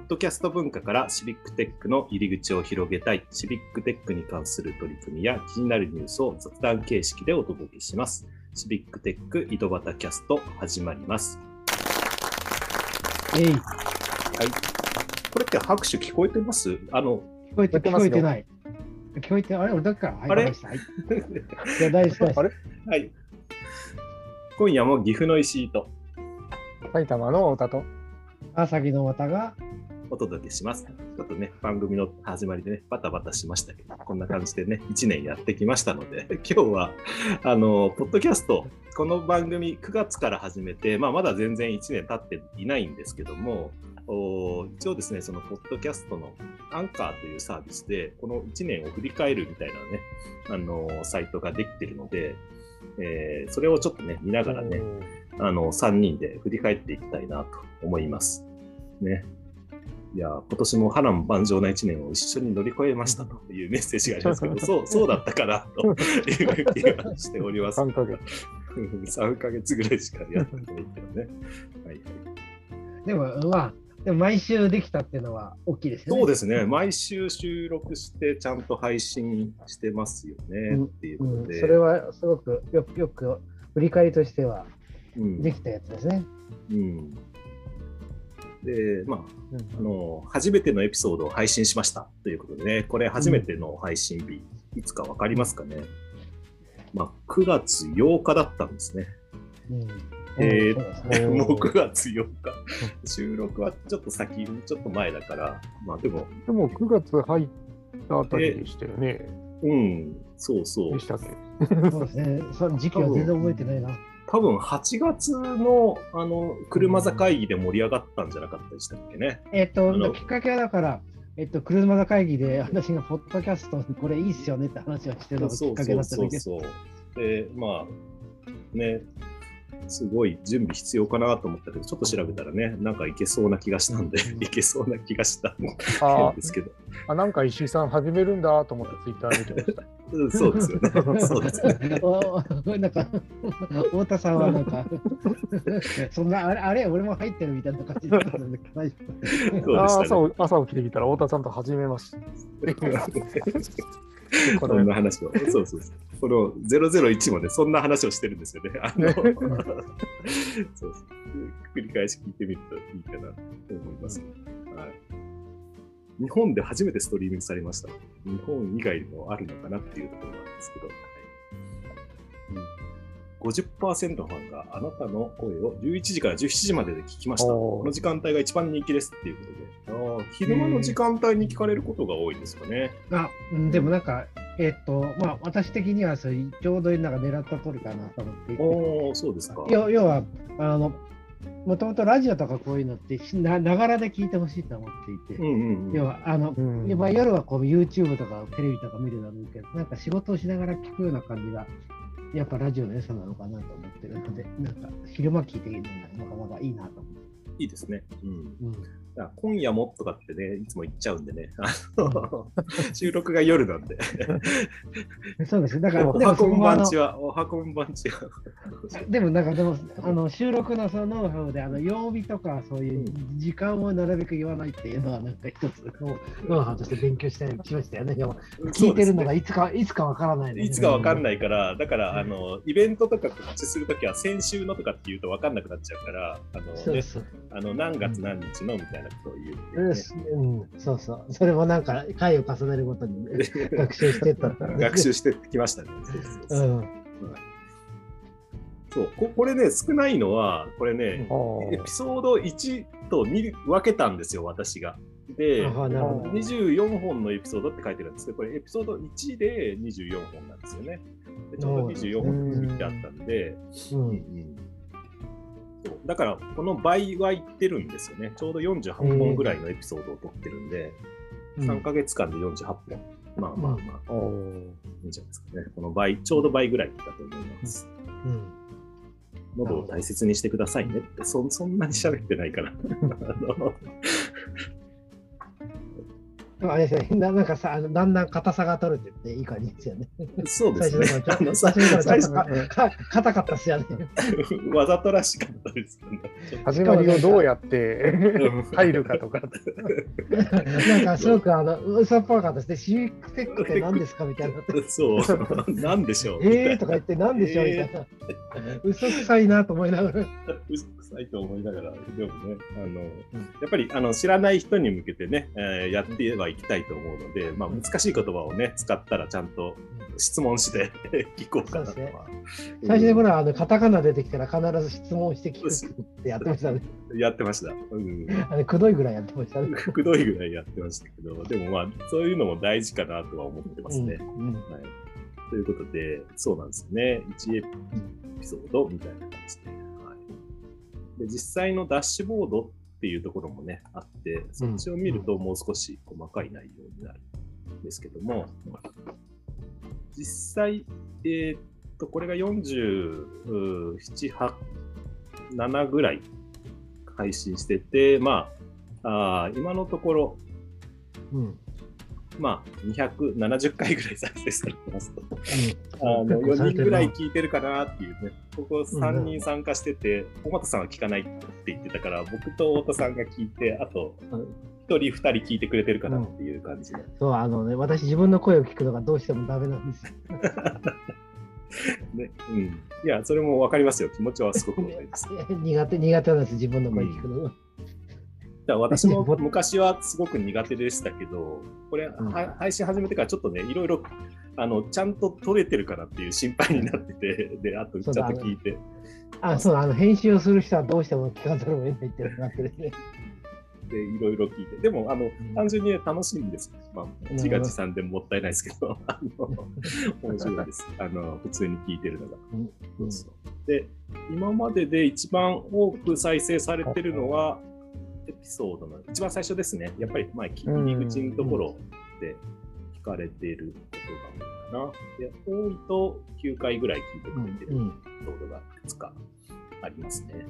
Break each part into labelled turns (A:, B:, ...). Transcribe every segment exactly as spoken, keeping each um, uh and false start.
A: ッドキャスト文化からシビックテックの入り口を広げたい、シビックテックに関する取り組みや気になるニュースを雑談形式でお届けします。シビックテック井戸端キャスト始まります。
B: えい。はい。
A: これって拍手聞こえてます？あの
B: 聞こえて聞こえてない。聞こえてあれ俺だから、はい、
A: あれ？
B: はい、じゃあ大丈夫。
A: あれ？はい。今夜も岐阜の石井と
C: 埼玉の太田と
B: 朝日の綿が
A: お届けします。ちょっとね、番組の始まりでね、バタバタしましたけど、こんな感じでね、いちねんやってきましたので、今日は、あの、ポッドキャスト、この番組くがつから始めて、まあ、まだ全然いちねん経っていないんですけども、お一応ですね、そのポッドキャストのアンカーというサービスで、このいちねんを振り返るみたいなね、あの、サイトができているので、えー、それをちょっとね、見ながらね、あの、さんにんで振り返っていきたいなと思います。ね。いや、今年も波乱万丈ないちねんを一緒に乗り越えましたというメッセージがありますけど、そう、そうだったかなという気がしております。
C: さんかげつ。
A: さんかげつぐらいしかやってないけどね。はいはい。
B: でも、まあ、でも毎週できたっていうのは大きいですね。
A: そうですね。毎週収録してちゃんと配信してますよね、うん、っていうことで、
B: うん。それはすごくよくよく振り返りとしてはできたやつですね。
A: うん。うんで、まあ、あの、初めてのエピソードを配信しましたということでね、これ初めての配信日、いつかわかりますかね。まあ、くがつようかだったんですね。うん、えー、もうくがつようか。収録はちょっと先、ちょっと前だから、まあでも。
C: でもくがつ入ったあたりでしたよね。
A: うん、そうそう。
C: でしたっけ？
B: そうですね。その時期は全然覚えてないな。
A: 多分はちがつのあの車座会議で盛り上がったんじゃなかったでしたっけね。
B: えっと、きっかけはだから、えっと、車座会議で私がポッドキャストこれいいっすよねって話をしてるのがきっかけだっただけ。
A: そうそうそうそう。で、まあ、ね、すごい準備必要かなと思ったけど、ちょっと調べたらね、なんかいけそうな気がしたんで、うん、いけそうな気がしたんですけど。
C: あ、なんか石井さん始めるんだと思ってツイッター見てました。
A: そうですよね。そうですね。
B: なんか、太田さんはなんか、そんな、あれ、あれ俺も入ってるみたいな感じだったんだけど、大丈
C: 夫。朝、朝起きてみたら太田さんと始めました。
A: こんな話を。そうそうそう。このゼロゼロいちもね、そんな話をしてるんですよね。あのそうそう。繰り返し聞いてみるといいかなと思います。はい。日本で初めてストリーミングされました。日本以外にもあるのかなっていうところなんですけど、はいうん、ごじゅっパーセント のファンがあなたの声をじゅういちじからじゅうしちじまでで聞きました。この時間帯が一番人気ですっていうことで、あ昼間の時間帯に聞かれることが多いですかね。
B: あでもなんか、えーっとまあ、私的にはそれちょうどなんか狙った通りかなと思っていて、
A: おーそうですか。
B: 要要はあのもともとラジオとかこういうのってなながらで聞いてほしいと思っていて、うんうんうん、要はあの、うん、夜はこう YouTube とかテレビとか見るだろうけど、なんか仕事をしながら聞くような感じがやっぱラジオの良さなのかなと思ってるので、なんか昼間聞いているのがなかなかいいなと思って。
A: いいですね。うんうん、だ今夜もとかってね、いつも言っちゃうんでね、あの収録が夜なんで。
B: そうです。だから、
A: おはこんばんちは、おはこんばんちは。
B: でも、なんか、でも、あの収録のそのノウハウで、あの曜日とか、そういう時間をなるべく言わないっていうのは、なんか一つノウハウとして勉強したりしましたよね。聞いてるのがいつか、いつかわからない、
A: ね。いつかわかんないから、だから、あの、イベントとか告知するときは、先週のとかって言うとわかんなくなっちゃうから、あの、ね、そうそうあの何月何日のみたいなことを言う、ね
B: うんうん。そうそう。それもなんか回を重ねるごとに、ね、学習してったった、ね。
A: 学習してきましたね。そうそうそう。うん、そうここれね、少ないのは、これね、エピソードいちとに分けたんですよ、私が。で、にじゅうよんほんのエピソードって書いてるんですけど、これエピソードいちでにじゅうよんほんなんですよね。でちょうどにじゅうよんほん組ってあったんで、うんうんだからこの倍はいってるんですよね。ちょうどよんじゅうはっぽんぐらいのエピソードを撮ってるんで、うん、さんかげつかんでよんじゅうはっぽん。まあまあまあ、うん、いいんじゃないですかね。この倍、ちょうど倍ぐらいだと思います。うん、喉を大切にしてくださいねって、そ, そんなに喋ってないから。
B: あれですね、ななんかさ、あのだんだん硬さが取れてっていい感じですよね。
A: そうですね。
B: 最初からちょっと硬かったっすよね。
A: わざとらしかったですよね。
C: 始まりをどうやって入るかとか。
B: なんかすごくあの嘘っぽかったですね。シビックテックって何ですかみたいな。
A: そう、なんでしょう。
B: えーとか言って何でしょうみたいな。嘘くさいなと思いながら。
A: 嘘くさいと思いながら、でもね、あの、やっぱりあの知らない人に向けてね、えー、やってはいきたいと思うので、まあ、難しい言葉をね、使ったらちゃんと質問して聞こうかなとは。
B: 最初でほら、あのカタカナ出てきたら必ず質問して聞くってやってましたね。
A: やってました。うん、
B: あれくどいぐらいやってましたね。
A: くどいぐらいやってましたけど、でもまあ、そういうのも大事かなとは思ってますね。うんうん、はい、ということで、そうなんですよね。いちエピソードみたいな感じで。はい、で実際のダッシュボードっていうところもね、あって、そっちを見るともう少し細かい内容になるんですけども、実際、えー、っと、これがよんじゅうなな、ななぐらい配信してて、まあ、あ今のところ、うん、まあ、にひゃくななじゅっかいぐらい再生されてますと、うん、あのよにんぐらい聞いてるかなっていうね、ここさんにん参加してて、尾形さんは聞かないって言ってたから、僕と太田さんが聞いて、あとひとりふたり聞いてくれてるかなっていう感じで、うん、
B: そう、あのね、私自分の声を聞くのがどうしてもダメなんですよ。
A: ね、うん、いや、それも分かりますよ。気持ちはすごく分かります。
B: 苦手、苦手なんです、自分の声聞くのが。うん、
A: だ私も昔はすごく苦手でしたけど、これ、うん、配信始めてからちょっとね、いろいろあのちゃんと撮れてるかなっていう心配になってて、で、あとちゃんと聞いて。
B: あ、そう、あの編集をする人はどうしても聞かざるを得ないってなってるね。
A: で、いろいろ聞いて、でも、あの、うん、単純に、ね、楽しいんです。まあ、自画自賛でもったいないですけど、あの面白いです。あの、普通に聞いてるのが。うん、そうで、今までで一番多く再生されてるのは、エピソードの一番最初ですね。やっぱり、まあ、入り口のところで聞かれていることが多いかな。で、多いときゅうかいぐらい聞いてくれてるエピソードがいくつかありますね。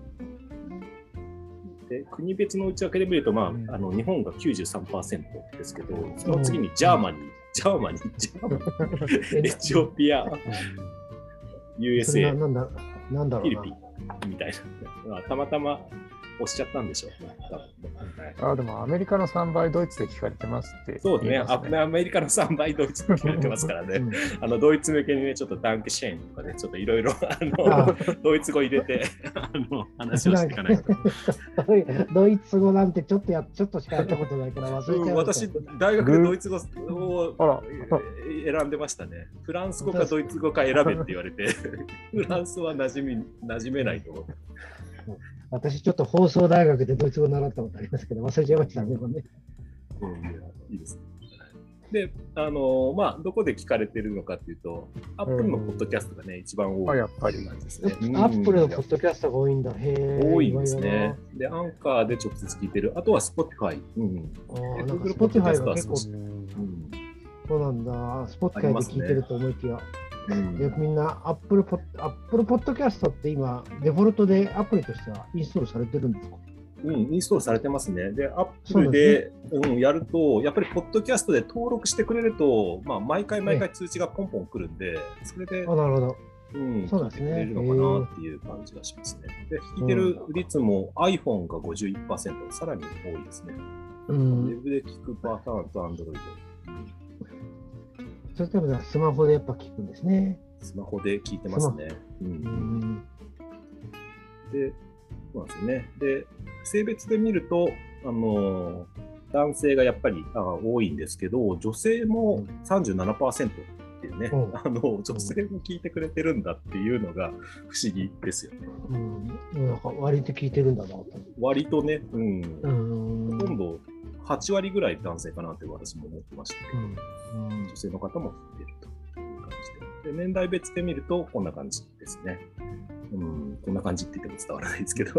A: で国別の内訳で見ると、まあ、あの日本が きゅうじゅうさんパーセント ですけど、その次にジャーマニー、ジャーマニー、ジャーマニー、エチオピア、ユーエスエー、
B: なんだなんだろうな
A: フィリピンみたいな、たまたま押しちゃったんでしょうね。
C: あ、でもアメリカのさんばいドイツで聞かれてますって、ね。
A: そうですね。アメリカのさんばいドイツで聞かれてますからね。うん、あのドイツ向けにね、ちょっとダンクシェーンとかね、ちょっといろいろドイツ語入れてあの話をしていかないと。
B: ドイツ語なんてちょっとやちょっとしかやったことないから忘れちゃう、うん。
A: 私大学でドイツ語を選んでましたね。フランス語かドイツ語か選べって言われて、フランスは馴染み馴染めないと思う。
B: 私ちょっと放送大学でドイツ語習ったことありますけど忘れちゃいましたね。
A: うん、いいですね。で、あのまあどこで聞かれてるのかっていうと、アップルのポッドキャストがね、うん、一番多い感じですね。
B: アップルのポッドキャストが多いんだ。へー、
A: 多いんですね。で、アンカーで直接聞いてる。あとは Spotify。うん。
B: ああ、なんか Spotify が結構、うん、そうなんだ。Spotify で聞いてると思いきや。うん、よくみんな Apple Podcast って今デフォルトでアプリとしてはインストールされてるんですか？
A: うん、インストールされてますね。で、Apple で、う、ね、うん、やると、やっぱりポッドキャストで登録してくれると、まあ、毎回毎回通知がポンポン来るんで、ね、それで、
B: あ、なるほど。
A: うん、そうですね。聞いてくれるのかなっていう感じがしますね。で、聞いてる率も iPhone が ごじゅういちパーセント、さらに多いですね。うん、ウェブで聞くパターンと Android。
B: それでもスマホでやっぱ聞くんですね。
A: スマホで聞いてますね。うんうん、で、そうなんですね。で、性別で見ると、あの男性がやっぱりあ多いんですけど、女性も さんじゅうななパーセント っていうね、うん、あの女性も聞いてくれてるんだっていうのが不思議ですよね。
B: うん、なんか割と聞いてるんだなと。
A: 割とね、うん、うんほとんどはちわりぐらい男性かなって私も思ってましたけど、うんうん、女性の方も聞いてるという感じで。で、年代別で見るとこんな感じですね。うん、こんな感じって言っても伝わらないですけど、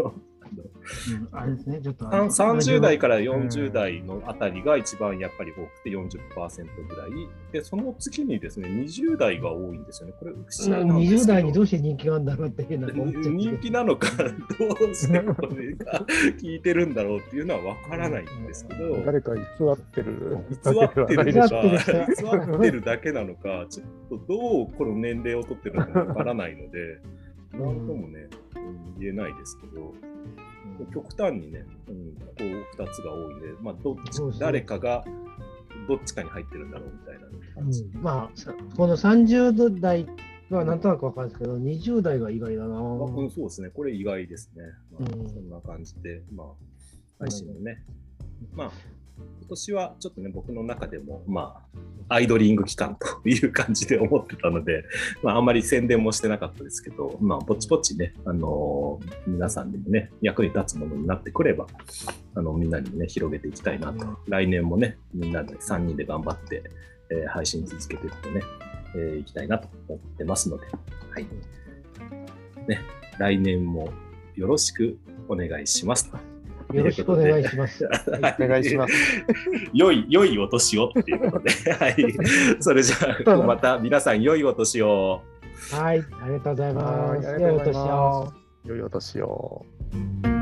A: ど、
B: うん、あれですね、ちょっと
A: さんじゅう代からよんじゅう代のあたりが一番やっぱり多くて よんじゅっパーセント ぐらいで、その次にですねにじゅう代が多いんですよね。これ不思議なんですけど、
B: にじゅう代にどうして人気があるんだろうっていうのは
A: 人気なのかどうしてこれが聞いてるんだろうっていうのは分からないんですけど、
C: 誰か偽ってる
A: 偽ってるのか偽ってるだけなのか、ちょっとどうこの年齢を取ってるのか分からないので何ともね、うん、言えないですけど、うん、極端にね、うん、こうふたつが多いんで、まあ、どっち誰かがどっちかに入ってるんだろうみたいな感じ、
B: うん、まあこのさんじゅう代はなんとなく分かるんですけど、にじゅう代が意外だな、
A: うん、そうですね、これ意外ですね、まあ、そんな感じで、まあ、配信のね、うん、まあ今年はちょっとね僕の中でもまあアイドリング期間という感じで思ってたので、まあ、あんまり宣伝もしてなかったですけど、まあ、ぼちぼちね、あのー、皆さんにもね役に立つものになってくれば、あのみんなにもね広げていきたいなと、うん、来年もねみんなでさんにんで頑張って、えー、配信続けていってね、えー、いきたいなと思ってますので、はいね、来年もよろしくお願いしますと。
B: よろしくお願いします。
C: お願いします。
A: 良い、良いお年をっていうことで、はい。それじゃあ、また皆さん良いお年を。
B: はい、ありがとうございます。
C: 良いお年を。良いお年を。